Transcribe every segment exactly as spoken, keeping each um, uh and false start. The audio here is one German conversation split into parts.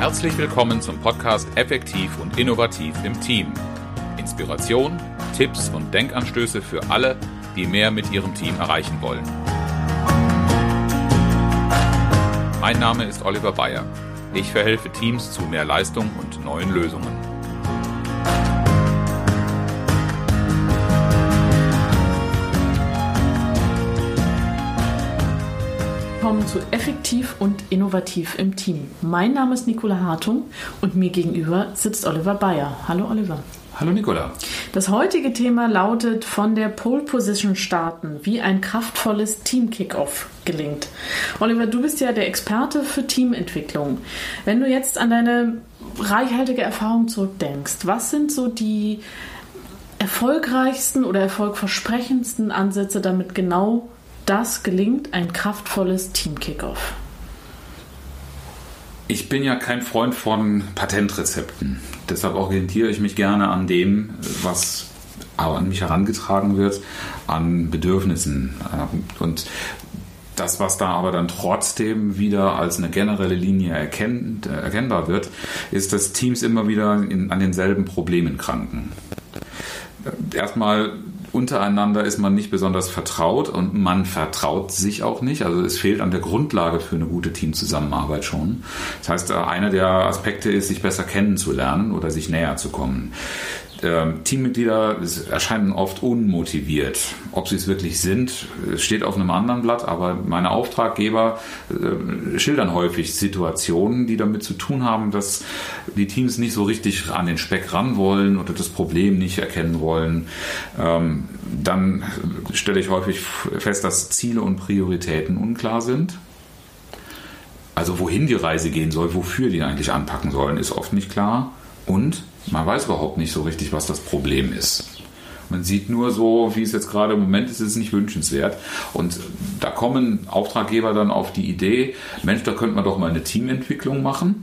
Herzlich willkommen zum Podcast Effektiv und Innovativ im Team. Inspiration, Tipps und Denkanstöße für alle, die mehr mit ihrem Team erreichen wollen. Mein Name ist Oliver Bayer. Ich verhelfe Teams zu mehr Leistung und neuen Lösungen. Willkommen zu Effektiv und Innovativ im Team. Mein Name ist Nicola Hartung und mir gegenüber sitzt Oliver Bayer. Hallo Oliver. Hallo Nicola. Das heutige Thema lautet: von der Pole Position starten, wie ein kraftvolles Team-Kick-Off gelingt. Oliver, du bist ja der Experte für Teamentwicklung. Wenn du jetzt an deine reichhaltige Erfahrung zurückdenkst, was sind so die erfolgreichsten oder erfolgversprechendsten Ansätze, damit genau das gelingt, ein kraftvolles Team-Kickoff? Ich bin ja kein Freund von Patentrezepten. Deshalb orientiere ich mich gerne an dem, was an mich herangetragen wird, an Bedürfnissen. Und das, was da aber dann trotzdem wieder als eine generelle Linie erkennt, erkennbar wird, ist, dass Teams immer wieder in, an denselben Problemen kranken. Erstmal untereinander ist man nicht besonders vertraut und man vertraut sich auch nicht. Also es fehlt an der Grundlage für eine gute Teamzusammenarbeit schon. Das heißt, einer der Aspekte ist, sich besser kennenzulernen oder sich näher zu kommen. Ähm, Teammitglieder erscheinen oft unmotiviert. Ob sie es wirklich sind, steht auf einem anderen Blatt, aber meine Auftraggeber äh, schildern häufig Situationen, die damit zu tun haben, dass die Teams nicht so richtig an den Speck ran wollen oder das Problem nicht erkennen wollen. Ähm, dann stelle ich häufig fest, dass Ziele und Prioritäten unklar sind. Also wohin die Reise gehen soll, wofür die eigentlich anpacken sollen, ist oft nicht klar. Und man weiß überhaupt nicht so richtig, was das Problem ist. Man sieht nur so, wie es jetzt gerade im Moment ist, ist es nicht wünschenswert. Und da kommen Auftraggeber dann auf die Idee, Mensch, da könnte man doch mal eine Teamentwicklung machen.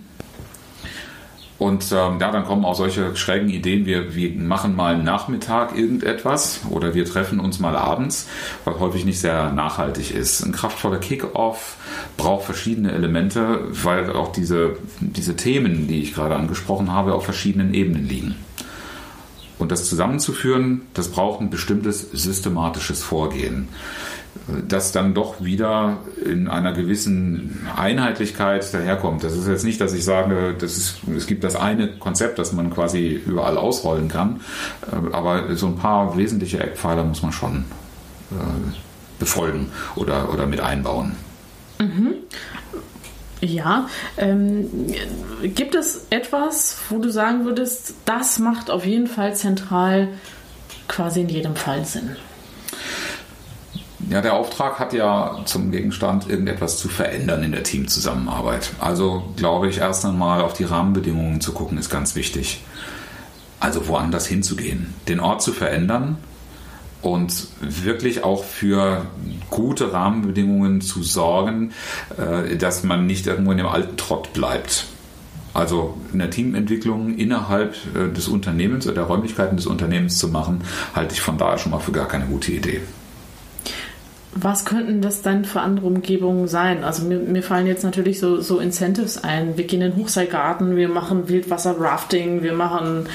Und ähm, ja, dann kommen auch solche schrägen Ideen, wir, wir machen mal einen Nachmittag irgendetwas oder wir treffen uns mal abends, was häufig nicht sehr nachhaltig ist. Ein kraftvoller Kick-Off braucht verschiedene Elemente, weil auch diese, diese Themen, die ich gerade angesprochen habe, auf verschiedenen Ebenen liegen. Und das zusammenzuführen, das braucht ein bestimmtes systematisches Vorgehen, das dann doch wieder in einer gewissen Einheitlichkeit daherkommt. Das ist jetzt nicht, dass ich sage, das ist, es gibt das eine Konzept, das man quasi überall ausrollen kann, aber so ein paar wesentliche Eckpfeiler muss man schon äh, befolgen oder, oder mit einbauen. Mhm. Ja, ähm, gibt es etwas, wo du sagen würdest, das macht auf jeden Fall zentral quasi in jedem Fall Sinn? Ja, der Auftrag hat ja zum Gegenstand, irgendetwas zu verändern in der Teamzusammenarbeit. Also glaube ich, erst einmal auf die Rahmenbedingungen zu gucken, ist ganz wichtig. Also woanders hinzugehen, den Ort zu verändern und wirklich auch für gute Rahmenbedingungen zu sorgen, dass man nicht irgendwo in dem alten Trott bleibt. Also eine Teamentwicklung innerhalb des Unternehmens oder der Räumlichkeiten des Unternehmens zu machen, halte ich von daher schon mal für gar keine gute Idee. Was könnten das dann für andere Umgebungen sein? Also mir, mir fallen jetzt natürlich so, so Incentives ein. Wir gehen in den Hochseilgarten, wir machen Wildwasser-Rafting, wir machen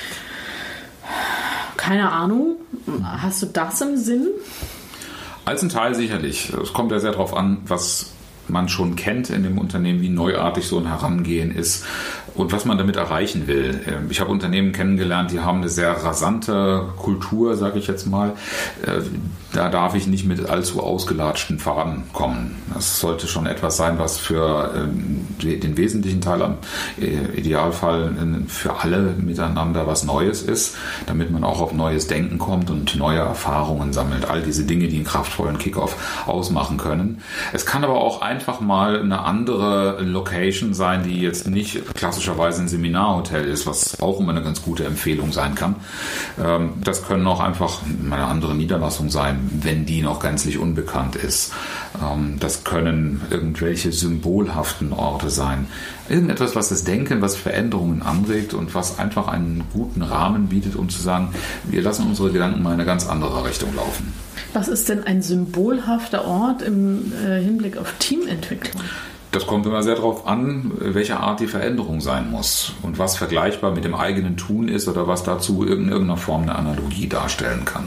keine Ahnung. Hast du das im Sinn? Als ein Teil sicherlich. Es kommt ja sehr darauf an, was man schon kennt in dem Unternehmen, wie neuartig so ein Herangehen ist und was man damit erreichen will. Ich habe Unternehmen kennengelernt, die haben eine sehr rasante Kultur, sage ich jetzt mal. Da darf ich nicht mit allzu ausgelatschten Faden kommen. Das sollte schon etwas sein, was für den wesentlichen Teil, am Idealfall für alle miteinander was Neues ist, damit man auch auf neues Denken kommt und neue Erfahrungen sammelt. All diese Dinge, die einen kraftvollen Kickoff ausmachen können. Es kann aber auch einfach mal eine andere Location sein, die jetzt nicht klassischerweise ein Seminarhotel ist, was auch immer eine ganz gute Empfehlung sein kann. Das können auch einfach eine andere Niederlassung sein, wenn die noch gänzlich unbekannt ist. Das können irgendwelche symbolhaften Orte sein. Irgendetwas, was das Denken, was Veränderungen anregt und was einfach einen guten Rahmen bietet, um zu sagen, wir lassen unsere Gedanken mal in eine ganz andere Richtung laufen. Was ist denn ein symbolhafter Ort im äh, Hinblick auf Teamentwicklung? Das kommt immer sehr darauf an, welche Art die Veränderung sein muss und was vergleichbar mit dem eigenen Tun ist oder was dazu in irgendeiner Form eine Analogie darstellen kann.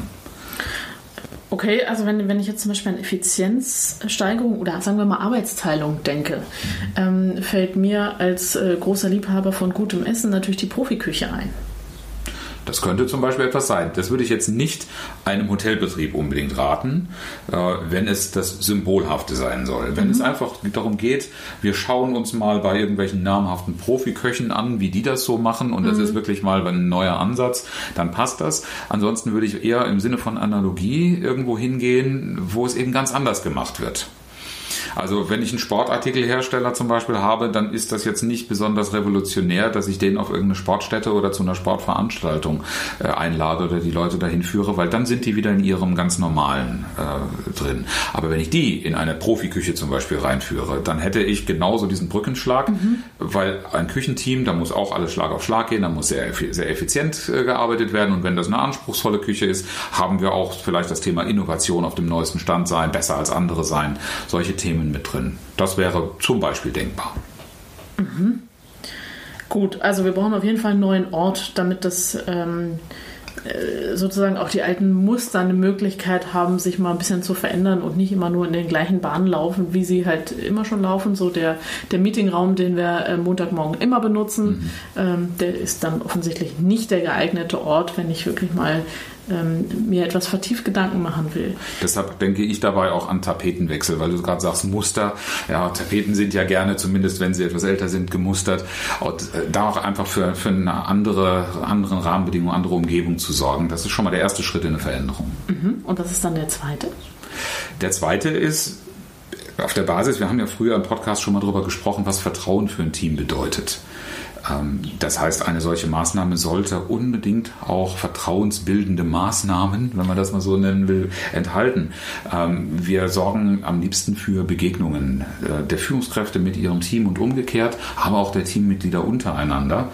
Okay, also wenn, wenn ich jetzt zum Beispiel an Effizienzsteigerung oder sagen wir mal Arbeitsteilung denke, mhm. ähm, fällt mir als äh, großer Liebhaber von gutem Essen natürlich die Profiküche ein. Das könnte zum Beispiel etwas sein. Das würde ich jetzt nicht einem Hotelbetrieb unbedingt raten, äh, wenn es das Symbolhafte sein soll. Wenn mhm. es einfach darum geht, wir schauen uns mal bei irgendwelchen namhaften Profiköchen an, wie die das so machen und mhm. das ist wirklich mal ein neuer Ansatz, dann passt das. Ansonsten würde ich eher im Sinne von Analogie irgendwo hingehen, wo es eben ganz anders gemacht wird. Also wenn ich einen Sportartikelhersteller zum Beispiel habe, dann ist das jetzt nicht besonders revolutionär, dass ich den auf irgendeine Sportstätte oder zu einer Sportveranstaltung äh, einlade oder die Leute dahin führe, weil dann sind die wieder in ihrem ganz normalen äh, drin. Aber wenn ich die in eine Profiküche zum Beispiel reinführe, dann hätte ich genauso diesen Brückenschlag, mhm. weil ein Küchenteam, da muss auch alles Schlag auf Schlag gehen, da muss sehr, sehr effizient äh, gearbeitet werden und wenn das eine anspruchsvolle Küche ist, haben wir auch vielleicht das Thema Innovation auf dem neuesten Stand sein, besser als andere sein, solche Themen mit drin. Das wäre zum Beispiel denkbar. Mhm. Gut, also wir brauchen auf jeden Fall einen neuen Ort, damit das ähm, äh, sozusagen auch die alten Muster eine Möglichkeit haben, sich mal ein bisschen zu verändern und nicht immer nur in den gleichen Bahnen laufen, wie sie halt immer schon laufen. So der, der Meetingraum, den wir äh, Montagmorgen immer benutzen, mhm. ähm, der ist dann offensichtlich nicht der geeignete Ort, wenn ich wirklich mal Ähm, mir etwas vertieft Gedanken machen will. Deshalb denke ich dabei auch an Tapetenwechsel, weil du gerade sagst Muster. Ja, Tapeten sind ja gerne, zumindest wenn sie etwas älter sind, gemustert. Und äh, da auch einfach für, für eine andere anderen Rahmenbedingung, andere Umgebung zu sorgen. Das ist schon mal der erste Schritt in eine Veränderung. Mhm. Und was ist dann der zweite? Der zweite ist auf der Basis, wir haben ja früher im Podcast schon mal darüber gesprochen, was Vertrauen für ein Team bedeutet. Das heißt, eine solche Maßnahme sollte unbedingt auch vertrauensbildende Maßnahmen, wenn man das mal so nennen will, enthalten. Wir sorgen am liebsten für Begegnungen der Führungskräfte mit ihrem Team und umgekehrt, aber auch der Teammitglieder untereinander.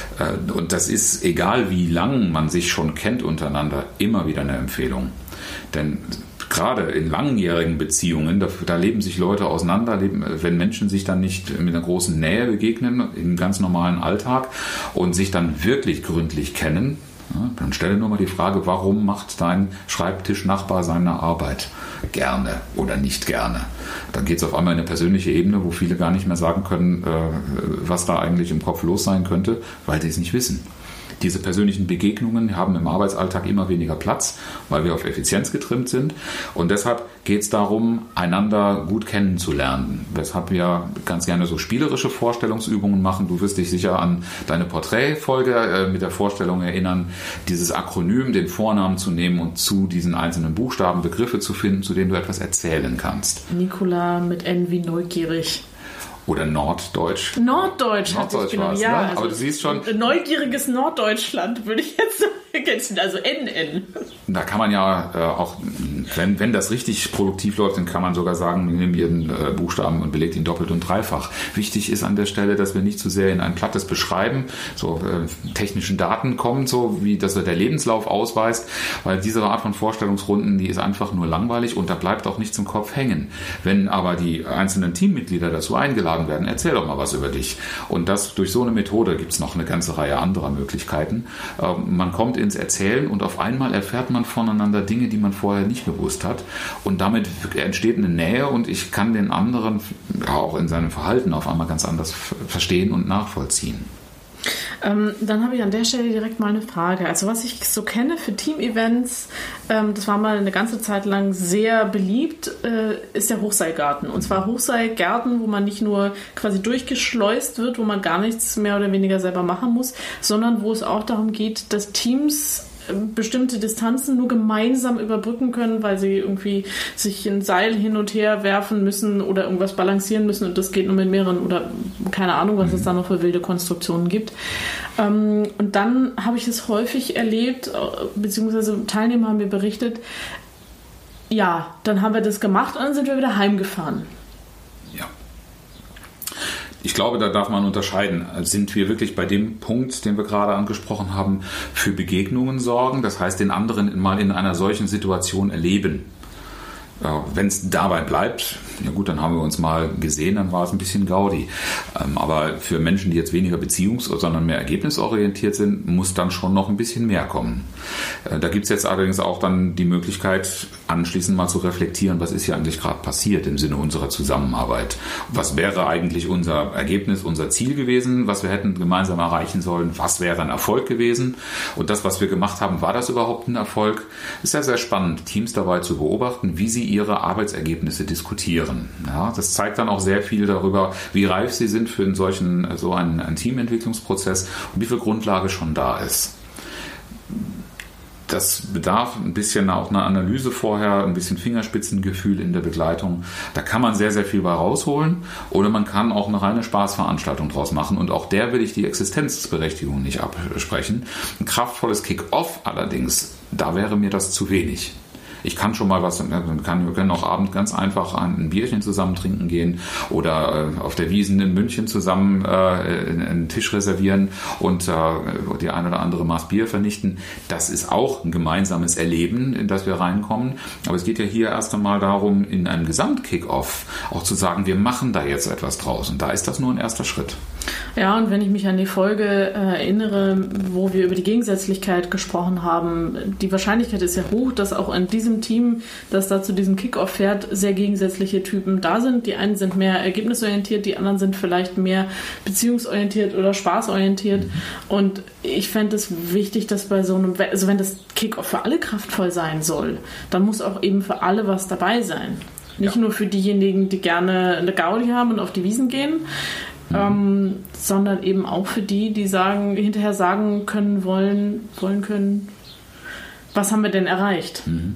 Und das ist, egal wie lang man sich schon kennt untereinander, immer wieder eine Empfehlung. Denn gerade in langjährigen Beziehungen, da, da leben sich Leute auseinander, leben, wenn Menschen sich dann nicht mit einer großen Nähe begegnen, im ganz normalen Alltag und sich dann wirklich gründlich kennen, ja, dann stelle nur mal die Frage, warum macht dein Schreibtischnachbar seine Arbeit gerne oder nicht gerne? Dann geht es auf einmal in eine persönliche Ebene, wo viele gar nicht mehr sagen können, äh, was da eigentlich im Kopf los sein könnte, weil sie es nicht wissen. Diese persönlichen Begegnungen haben im Arbeitsalltag immer weniger Platz, weil wir auf Effizienz getrimmt sind. Und deshalb geht es darum, einander gut kennenzulernen. Weshalb wir ganz gerne so spielerische Vorstellungsübungen machen. Du wirst dich sicher an deine Porträtfolge äh, mit der Vorstellung erinnern, dieses Akronym, den Vornamen zu nehmen und zu diesen einzelnen Buchstaben Begriffe zu finden, zu denen du etwas erzählen kannst. Nikola mit N wie neugierig. Oder Norddeutsch. Norddeutsch, Norddeutsch genau. war's, Ja, ne? also aber du siehst schon. Neugieriges Norddeutschland würde ich jetzt so ergänzen, also N N. Da kann man ja äh, auch, wenn, wenn das richtig produktiv läuft, dann kann man sogar sagen, wir nehmen jeden äh, Buchstaben und belegt ihn doppelt und dreifach. Wichtig ist an der Stelle, dass wir nicht zu sehr in ein plattes Beschreiben, so äh, technischen Daten kommen, so wie das der Lebenslauf ausweist, weil diese Art von Vorstellungsrunden, die ist einfach nur langweilig und da bleibt auch nichts im Kopf hängen. Wenn aber die einzelnen Teammitglieder dazu eingeladen werden, erzähl doch mal was über dich. Und das durch so eine Methode gibt es noch eine ganze Reihe anderer Möglichkeiten. Ähm, man kommt ins Erzählen und auf einmal erfährt man voneinander Dinge, die man vorher nicht gewusst hat. Und damit entsteht eine Nähe und ich kann den anderen ja, auch in seinem Verhalten auf einmal ganz anders verstehen und nachvollziehen. Ähm, dann habe ich an der Stelle direkt mal eine Frage. Also was ich so kenne für Team-Events, ähm, das war mal eine ganze Zeit lang sehr beliebt, äh, ist der Hochseilgarten. Und zwar Hochseilgärten, wo man nicht nur quasi durchgeschleust wird, wo man gar nichts mehr oder weniger selber machen muss, sondern wo es auch darum geht, dass Teams bestimmte Distanzen nur gemeinsam überbrücken können, weil sie irgendwie sich ein Seil hin und her werfen müssen oder irgendwas balancieren müssen und das geht nur mit mehreren oder keine Ahnung, was es da noch für wilde Konstruktionen gibt. Und dann habe ich es häufig erlebt, beziehungsweise Teilnehmer haben mir berichtet, ja, dann haben wir das gemacht und dann sind wir wieder heimgefahren. Ja. Ich glaube, da darf man unterscheiden. Sind wir wirklich bei dem Punkt, den wir gerade angesprochen haben, für Begegnungen sorgen? Das heißt, den anderen mal in einer solchen Situation erleben. Wenn es dabei bleibt, ja gut, dann haben wir uns mal gesehen, dann war es ein bisschen Gaudi. Aber für Menschen, die jetzt weniger beziehungs-, sondern mehr ergebnisorientiert sind, muss dann schon noch ein bisschen mehr kommen. Da gibt es jetzt allerdings auch dann die Möglichkeit, anschließend mal zu reflektieren, was ist hier eigentlich gerade passiert im Sinne unserer Zusammenarbeit. Was wäre eigentlich unser Ergebnis, unser Ziel gewesen, was wir hätten gemeinsam erreichen sollen, was wäre ein Erfolg gewesen und das, was wir gemacht haben, war das überhaupt ein Erfolg? Ist ja sehr spannend, Teams dabei zu beobachten, wie sie ihre Arbeitsergebnisse diskutieren. Ja, das zeigt dann auch sehr viel darüber, wie reif sie sind für einen solchen, so einen, einen Teamentwicklungsprozess und wie viel Grundlage schon da ist. Das bedarf ein bisschen auch einer Analyse vorher, ein bisschen Fingerspitzengefühl in der Begleitung. Da kann man sehr, sehr viel bei rausholen oder man kann auch eine reine Spaßveranstaltung draus machen und auch der will ich die Existenzberechtigung nicht absprechen. Ein kraftvolles Kick-Off allerdings, da wäre mir das zu wenig. Ich kann schon mal was, kann, wir können auch abends ganz einfach ein Bierchen zusammen trinken gehen oder äh, auf der Wiesn in München zusammen äh, einen Tisch reservieren und äh, die ein oder andere Maß Bier vernichten. Das ist auch ein gemeinsames Erleben, in das wir reinkommen. Aber es geht ja hier erst einmal darum, in einem Gesamt-Kick-Off auch zu sagen, wir machen da jetzt etwas draus. Und da ist das nur ein erster Schritt. Ja, und wenn ich mich an die Folge äh, erinnere, wo wir über die Gegensätzlichkeit gesprochen haben, die Wahrscheinlichkeit ist ja hoch, dass auch in diesem Team, das da zu diesem Kick-Off fährt, sehr gegensätzliche Typen da sind. Die einen sind mehr ergebnisorientiert, die anderen sind vielleicht mehr beziehungsorientiert oder spaßorientiert. Mhm. Und ich fände es wichtig, dass bei so einem, also wenn das Kick-Off für alle kraftvoll sein soll, dann muss auch eben für alle was dabei sein. Nicht ja. nur für diejenigen, die gerne eine Gaudi haben und auf die Wiesn gehen, Mhm. Ähm, sondern eben auch für die, die sagen, hinterher sagen können, wollen, wollen können, was haben wir denn erreicht? Mhm.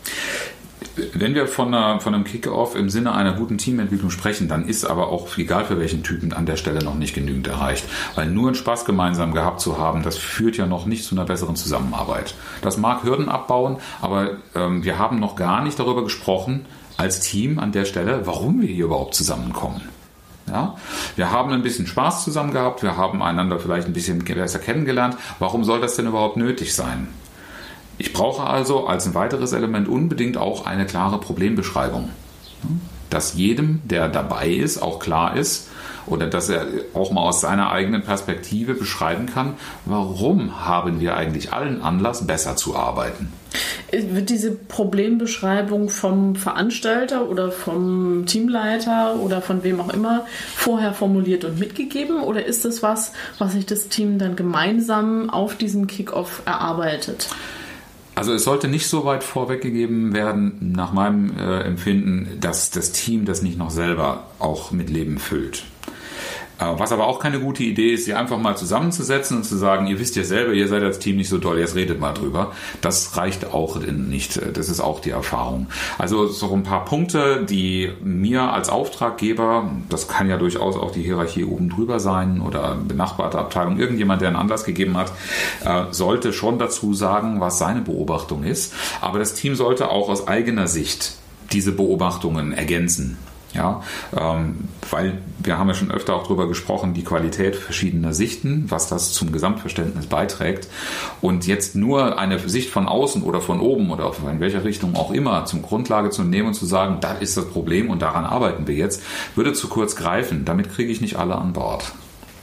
Wenn wir von, einer, von einem Kick-Off im Sinne einer guten Teamentwicklung sprechen, dann ist aber auch, egal für welchen Typen, an der Stelle noch nicht genügend erreicht. Weil nur einen Spaß gemeinsam gehabt zu haben, das führt ja noch nicht zu einer besseren Zusammenarbeit. Das mag Hürden abbauen, aber ähm, wir haben noch gar nicht darüber gesprochen, als Team an der Stelle, warum wir hier überhaupt zusammenkommen. Ja, wir haben ein bisschen Spaß zusammen gehabt, wir haben einander vielleicht ein bisschen besser kennengelernt. Warum soll das denn überhaupt nötig sein? Ich brauche also als ein weiteres Element unbedingt auch eine klare Problembeschreibung. Dass jedem, der dabei ist, auch klar ist oder dass er auch mal aus seiner eigenen Perspektive beschreiben kann, warum haben wir eigentlich allen Anlass, besser zu arbeiten. Wird diese Problembeschreibung vom Veranstalter oder vom Teamleiter oder von wem auch immer vorher formuliert und mitgegeben oder ist das was, was sich das Team dann gemeinsam auf diesem Kick-Off erarbeitet? Also es sollte nicht so weit vorweggegeben werden, nach meinem äh, Empfinden, dass das Team das nicht noch selber auch mit Leben füllt. Was aber auch keine gute Idee ist, sie einfach mal zusammenzusetzen und zu sagen, ihr wisst ja selber, ihr seid als Team nicht so toll, jetzt redet mal drüber. Das reicht auch nicht. Das ist auch die Erfahrung. Also so ein paar Punkte, die mir als Auftraggeber, das kann ja durchaus auch die Hierarchie oben drüber sein oder benachbarte Abteilung, irgendjemand, der einen Anlass gegeben hat, sollte schon dazu sagen, was seine Beobachtung ist. Aber das Team sollte auch aus eigener Sicht diese Beobachtungen ergänzen. Ja, ähm, weil wir haben ja schon öfter auch darüber gesprochen, die Qualität verschiedener Sichten, was das zum Gesamtverständnis beiträgt. Und jetzt nur eine Sicht von außen oder von oben oder in welcher Richtung auch immer zum Grundlage zu nehmen und zu sagen, das ist das Problem und daran arbeiten wir jetzt, würde zu kurz greifen. Damit kriege ich nicht alle an Bord.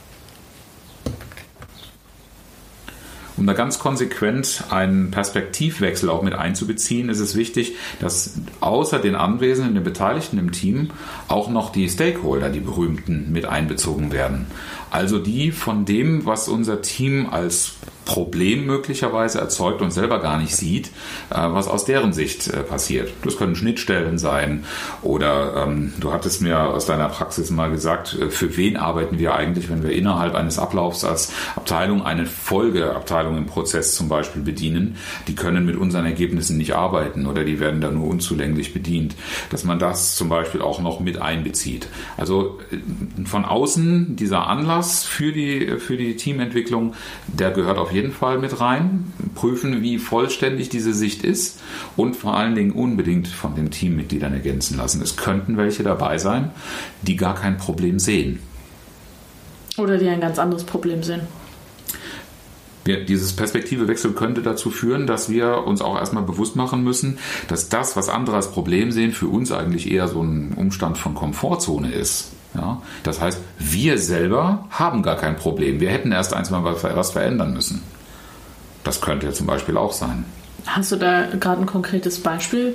Um da ganz konsequent einen Perspektivwechsel auch mit einzubeziehen, ist es wichtig, dass außer den Anwesenden, den Beteiligten im Team auch noch die Stakeholder, die berühmten, mit einbezogen werden. Also die von dem, was unser Team als Problem möglicherweise erzeugt und selber gar nicht sieht, was aus deren Sicht passiert. Das können Schnittstellen sein oder ähm, du hattest mir aus deiner Praxis mal gesagt, für wen arbeiten wir eigentlich, wenn wir innerhalb eines Ablaufs als Abteilung eine Folgeabteilung im Prozess zum Beispiel bedienen. Die können mit unseren Ergebnissen nicht arbeiten oder die werden da nur unzulänglich bedient. Dass man das zum Beispiel auch noch mit einbezieht. Also von außen dieser Anlass für die, für die Teamentwicklung, der gehört auf jeden Fall mit rein, prüfen, wie vollständig diese Sicht ist und vor allen Dingen unbedingt von den Teammitgliedern ergänzen lassen. Es könnten welche dabei sein, die gar kein Problem sehen. Oder die ein ganz anderes Problem sehen. Wir, dieses Perspektivewechsel könnte dazu führen, dass wir uns auch erstmal bewusst machen müssen, dass das, was andere als Problem sehen, für uns eigentlich eher so ein Umstand von Komfortzone ist. Ja? Das heißt, wir selber haben gar kein Problem. Wir hätten erst eins mal was verändern müssen. Das könnte ja zum Beispiel auch sein. Hast du da gerade ein konkretes Beispiel?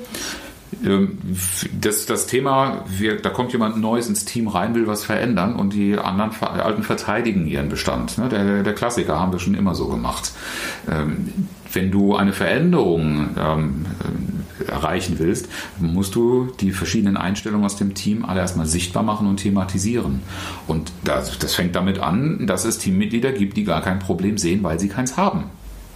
Das, das Thema, wir, da kommt jemand Neues ins Team rein, will was verändern und die anderen Alten verteidigen ihren Bestand. Der, der Klassiker, haben wir schon immer so gemacht. Wenn du eine Veränderung ähm, erreichen willst, musst du die verschiedenen Einstellungen aus dem Team alle erstmal sichtbar machen und thematisieren. Und das, das fängt damit an, dass es Teammitglieder gibt, die gar kein Problem sehen, weil sie keins haben.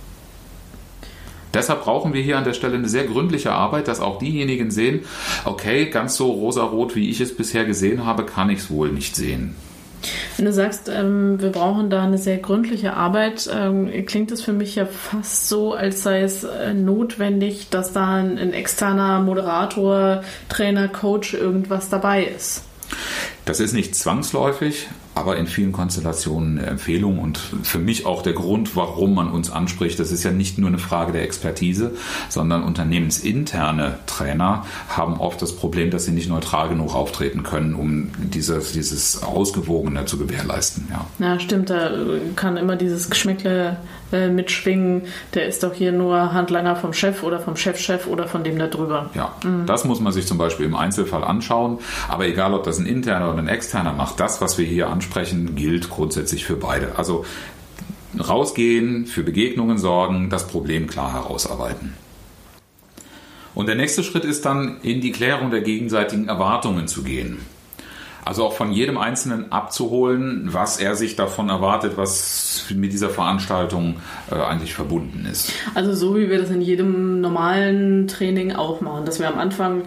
Deshalb brauchen wir hier an der Stelle eine sehr gründliche Arbeit, dass auch diejenigen sehen, okay, ganz so rosarot, wie ich es bisher gesehen habe, kann ich es wohl nicht sehen. Wenn du sagst, ähm, wir brauchen da eine sehr gründliche Arbeit, ähm, klingt es für mich ja fast so, als sei es äh, notwendig, dass da ein, ein externer Moderator, Trainer, Coach irgendwas dabei ist. Das ist nicht zwangsläufig, aber in vielen Konstellationen eine Empfehlung und für mich auch der Grund, warum man uns anspricht. Das ist ja nicht nur eine Frage der Expertise, sondern unternehmensinterne Trainer haben oft das Problem, dass sie nicht neutral genug auftreten können, um dieses, dieses Ausgewogene zu gewährleisten. Ja. Ja, stimmt, da kann immer dieses Geschmäckle äh, mitschwingen. Der ist doch hier nur Handlanger vom Chef oder vom Chefchef oder von dem da drüber. Ja, mhm. Das muss man sich zum Beispiel im Einzelfall anschauen. Aber egal, ob das ein interner oder ein externer macht, das, was wir hier ansprechen, Sprechen gilt grundsätzlich für beide. Also rausgehen, für Begegnungen sorgen, das Problem klar herausarbeiten. Und der nächste Schritt ist dann, in die Klärung der gegenseitigen Erwartungen zu gehen. Also auch von jedem Einzelnen abzuholen, was er sich davon erwartet, was mit dieser Veranstaltung äh, eigentlich verbunden ist. Also so wie wir das in jedem normalen Training auch machen, dass wir am Anfang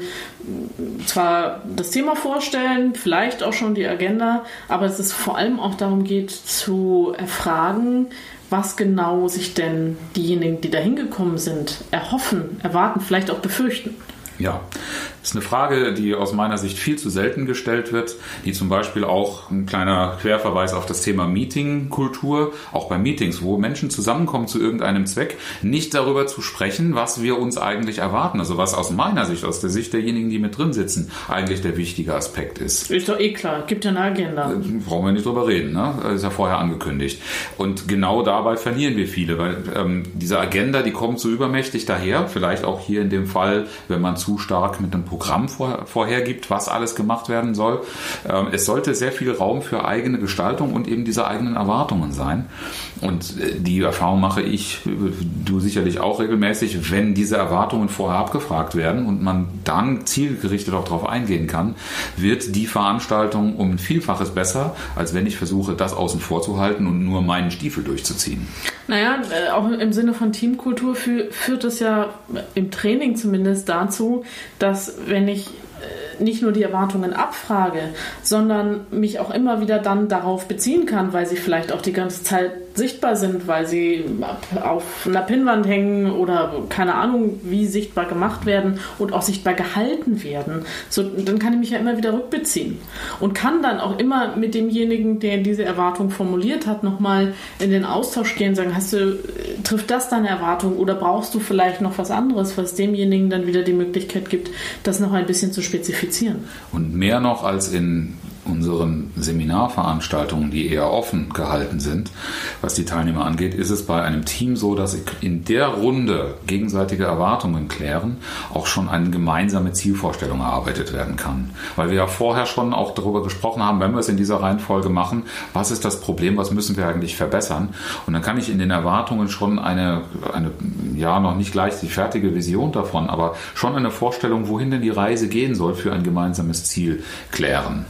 zwar das Thema vorstellen, vielleicht auch schon die Agenda, aber dass es vor allem auch darum geht zu erfragen, was genau sich denn diejenigen, die da hingekommen sind, erhoffen, erwarten, vielleicht auch befürchten. Ja, das ist eine Frage, die aus meiner Sicht viel zu selten gestellt wird, die zum Beispiel auch ein kleiner Querverweis auf das Thema Meetingkultur, auch bei Meetings, wo Menschen zusammenkommen zu irgendeinem Zweck, nicht darüber zu sprechen, was wir uns eigentlich erwarten, also was aus meiner Sicht, aus der Sicht derjenigen, die mit drin sitzen, eigentlich der wichtige Aspekt ist. Ist doch eh klar, gibt ja eine Agenda. Brauchen wir nicht drüber reden, ne? Das ist ja vorher angekündigt. Und genau dabei verlieren wir viele, weil ähm, diese Agenda, die kommt so übermächtig daher, vielleicht auch hier in dem Fall, wenn man zu stark mit einem Programm vor, vorhergibt, was alles gemacht werden soll. Ähm, es sollte sehr viel Raum für eigene Gestaltung und eben diese eigenen Erwartungen sein. Und äh, die Erfahrung mache ich, du sicherlich auch regelmäßig, wenn diese Erwartungen vorher abgefragt werden und man dann zielgerichtet auch darauf eingehen kann, wird die Veranstaltung um ein Vielfaches besser, als wenn ich versuche, das außen vor zu halten und nur meinen Stiefel durchzuziehen. Naja, äh, auch im Sinne von Teamkultur fü- führt es ja im Training zumindest dazu, dass wenn ich äh, nicht nur die Erwartungen abfrage, sondern mich auch immer wieder dann darauf beziehen kann, weil sie vielleicht auch die ganze Zeit sichtbar sind, weil sie auf einer Pinnwand hängen oder keine Ahnung, wie sichtbar gemacht werden und auch sichtbar gehalten werden. So, dann kann ich mich ja immer wieder rückbeziehen und kann dann auch immer mit demjenigen, der diese Erwartung formuliert hat, nochmal in den Austausch gehen und sagen, hast du, trifft das deine Erwartung oder brauchst du vielleicht noch was anderes, was demjenigen dann wieder die Möglichkeit gibt, das noch ein bisschen zu spezifizieren. Und mehr noch als in unseren Seminarveranstaltungen, die eher offen gehalten sind, was die Teilnehmer angeht, ist es bei einem Team so, dass in der Runde gegenseitige Erwartungen klären, auch schon eine gemeinsame Zielvorstellung erarbeitet werden kann. Weil wir ja vorher schon auch darüber gesprochen haben, wenn wir es in dieser Reihenfolge machen, was ist das Problem, was müssen wir eigentlich verbessern? Und dann kann ich in den Erwartungen schon eine, eine ja, noch nicht gleich die fertige Vision davon, aber schon eine Vorstellung, wohin denn die Reise gehen soll, für ein gemeinsames Ziel klären.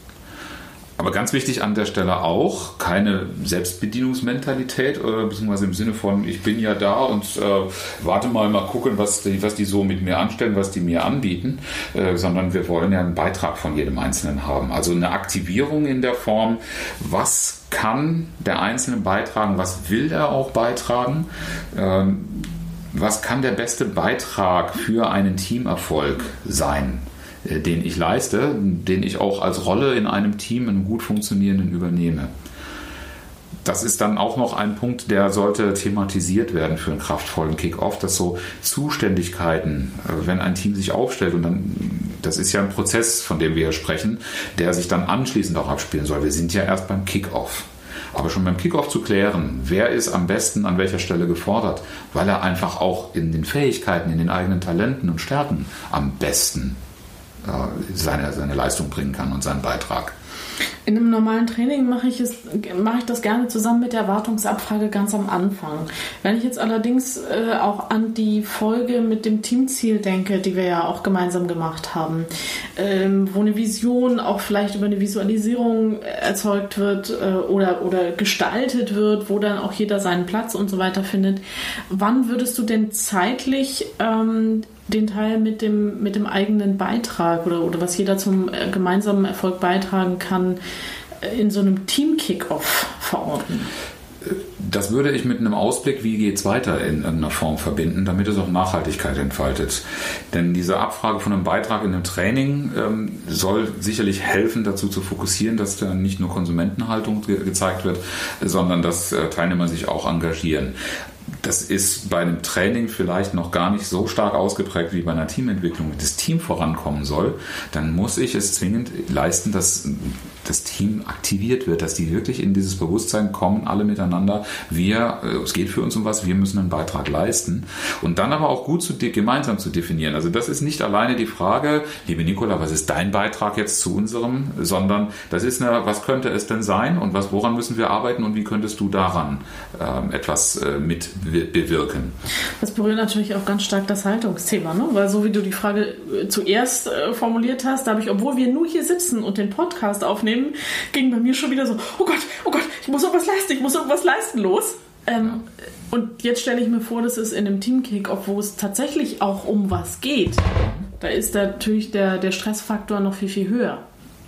Aber ganz wichtig an der Stelle auch, keine Selbstbedienungsmentalität, äh, beziehungsweise im Sinne von, ich bin ja da und äh, warte mal, mal gucken, was die, was die so mit mir anstellen, was die mir anbieten, äh, sondern wir wollen ja einen Beitrag von jedem Einzelnen haben. Also eine Aktivierung in der Form, was kann der Einzelne beitragen, was will er auch beitragen, ähm, was kann der beste Beitrag für einen Teamerfolg sein, den ich leiste, den ich auch als Rolle in einem Team, in einem gut funktionierenden, übernehme. das ist dann auch noch ein Punkt, der sollte thematisiert werden für einen kraftvollen Kick-Off, dass so Zuständigkeiten, wenn ein Team sich aufstellt und dann, das ist ja ein Prozess, von dem wir hier sprechen, der sich dann anschließend auch abspielen soll. Wir sind ja erst beim Kick-Off. Aber schon beim Kick-Off zu klären, wer ist am besten an welcher Stelle gefordert, weil er einfach auch in den Fähigkeiten, in den eigenen Talenten und Stärken am besten äh, seine, seine Leistung bringen kann und seinen Beitrag. In einem normalen Training mache ich, es, mache ich das gerne zusammen mit der Erwartungsabfrage ganz am Anfang. Wenn ich jetzt allerdings äh, auch an die Folge mit dem Teamziel denke, die wir ja auch gemeinsam gemacht haben, ähm, wo eine Vision auch vielleicht über eine Visualisierung erzeugt wird äh, oder, oder gestaltet wird, wo dann auch jeder seinen Platz und so weiter findet, wann würdest du denn zeitlich ähm, den Teil mit dem, mit dem eigenen Beitrag oder, oder was jeder zum äh, gemeinsamen Erfolg beitragen kann, äh, in so einem Team-Kick-Off verorten? Das würde ich mit einem Ausblick, wie geht es weiter, in irgendeiner Form verbinden, damit es auch Nachhaltigkeit entfaltet. Denn diese Abfrage von einem Beitrag in einem Training ähm, soll sicherlich helfen, dazu zu fokussieren, dass da nicht nur Konsumentenhaltung ge- gezeigt wird, sondern dass äh, Teilnehmer sich auch engagieren. Das ist bei einem Training vielleicht noch gar nicht so stark ausgeprägt wie bei einer Teamentwicklung. Wenn das Team vorankommen soll, dann muss ich es zwingend leisten, dass das Team aktiviert wird, dass die wirklich in dieses Bewusstsein kommen, alle miteinander. Wir, es geht für uns um was, wir müssen einen Beitrag leisten. Und dann aber auch gut zu, gemeinsam zu definieren. Also das ist nicht alleine die Frage, liebe Nicola, was ist dein Beitrag jetzt zu unserem, sondern das ist eine, was könnte es denn sein und was, woran müssen wir arbeiten und wie könntest du daran ähm, etwas äh, mit bewirken. Das berührt natürlich auch ganz stark das Haltungsthema, ne? Weil so wie du die Frage zuerst äh, formuliert hast, da habe ich, obwohl wir nur hier sitzen und den Podcast aufnehmen, ging bei mir schon wieder so, oh Gott, oh Gott, ich muss irgendwas leisten, ich muss irgendwas leisten, los. Ähm, ja. Und jetzt stelle ich mir vor, das ist in einem Team-Kick-Off, wo es tatsächlich auch um was geht. Da ist da natürlich der, der Stressfaktor noch viel, viel höher.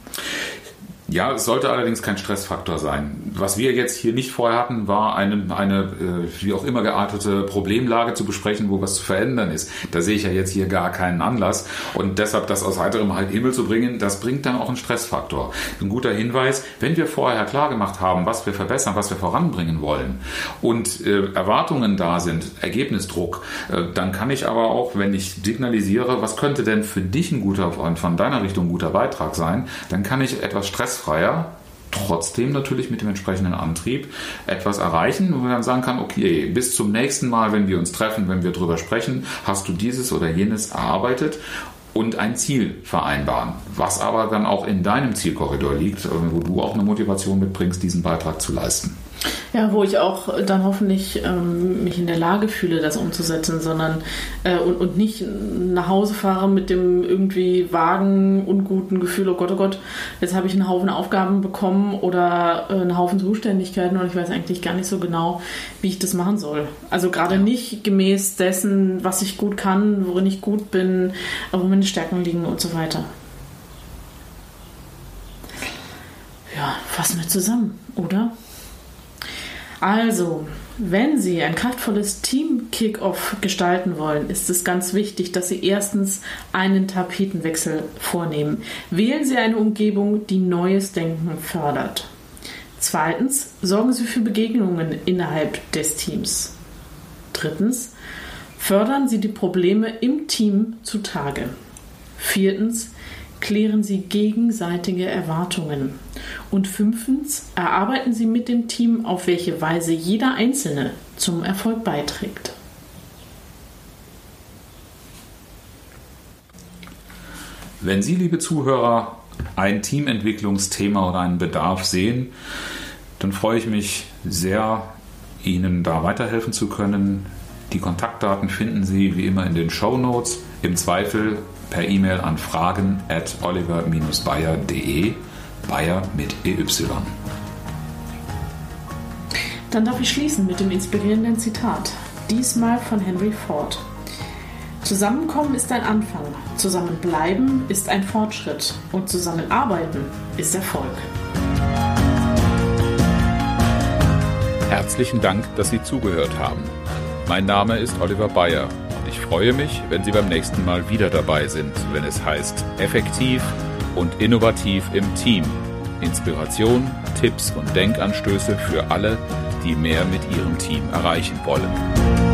Ja, es sollte allerdings kein Stressfaktor sein. Was wir jetzt hier nicht vorher hatten, war eine, eine äh, wie auch immer geartete Problemlage zu besprechen, wo was zu verändern ist. Da sehe ich ja jetzt hier gar keinen Anlass. Und deshalb das aus heiterem Himmel zu bringen, das bringt dann auch einen Stressfaktor. Ein guter Hinweis, wenn wir vorher klar gemacht haben, was wir verbessern, was wir voranbringen wollen und äh, Erwartungen da sind, Ergebnisdruck, äh, dann kann ich aber auch, wenn ich signalisiere, was könnte denn für dich ein guter, von deiner Richtung ein guter Beitrag sein, dann kann ich etwas stressfreier, trotzdem natürlich mit dem entsprechenden Antrieb etwas erreichen, wo man dann sagen kann, okay, bis zum nächsten Mal, wenn wir uns treffen, wenn wir drüber sprechen, hast du dieses oder jenes erarbeitet und ein Ziel vereinbaren, was aber dann auch in deinem Zielkorridor liegt, wo du auch eine Motivation mitbringst, diesen Beitrag zu leisten. Ja, wo ich auch dann hoffentlich ähm, mich in der Lage fühle, das umzusetzen, sondern äh, und, und nicht nach Hause fahre mit dem irgendwie vagen, unguten Gefühl, oh Gott, oh Gott, jetzt habe ich einen Haufen Aufgaben bekommen oder äh, einen Haufen Zuständigkeiten und ich weiß eigentlich gar nicht so genau, wie ich das machen soll. Also gerade ja. nicht gemäß dessen, was ich gut kann, worin ich gut bin, wo meine Stärken liegen und so weiter. Ja, fassen wir zusammen, oder? Also, wenn Sie ein kraftvolles Team-Kick-Off gestalten wollen, ist es ganz wichtig, dass Sie erstens einen Tapetenwechsel vornehmen. Wählen Sie eine Umgebung, die neues Denken fördert. Zweitens, sorgen Sie für Begegnungen innerhalb des Teams. Drittens, fördern Sie die Probleme im Team zutage. Viertens, klären Sie gegenseitige Erwartungen. Und fünftens, erarbeiten Sie mit dem Team, auf welche Weise jeder Einzelne zum Erfolg beiträgt. Wenn Sie, liebe Zuhörer, ein Teamentwicklungsthema oder einen Bedarf sehen, dann freue ich mich sehr, Ihnen da weiterhelfen zu können. Die Kontaktdaten finden Sie wie immer in den Shownotes. Im Zweifel per E-Mail an fragen at oliver dash bayer punkt de, Bayer mit E Y. Dann darf ich schließen mit dem inspirierenden Zitat, diesmal von Henry Ford. Zusammenkommen ist ein Anfang, zusammenbleiben ist ein Fortschritt und zusammenarbeiten ist Erfolg. Herzlichen Dank, dass Sie zugehört haben. Mein Name ist Oliver Bayer. Ich freue mich, wenn Sie beim nächsten Mal wieder dabei sind, wenn es heißt effektiv und innovativ im Team. Inspiration, Tipps und Denkanstöße für alle, die mehr mit ihrem Team erreichen wollen.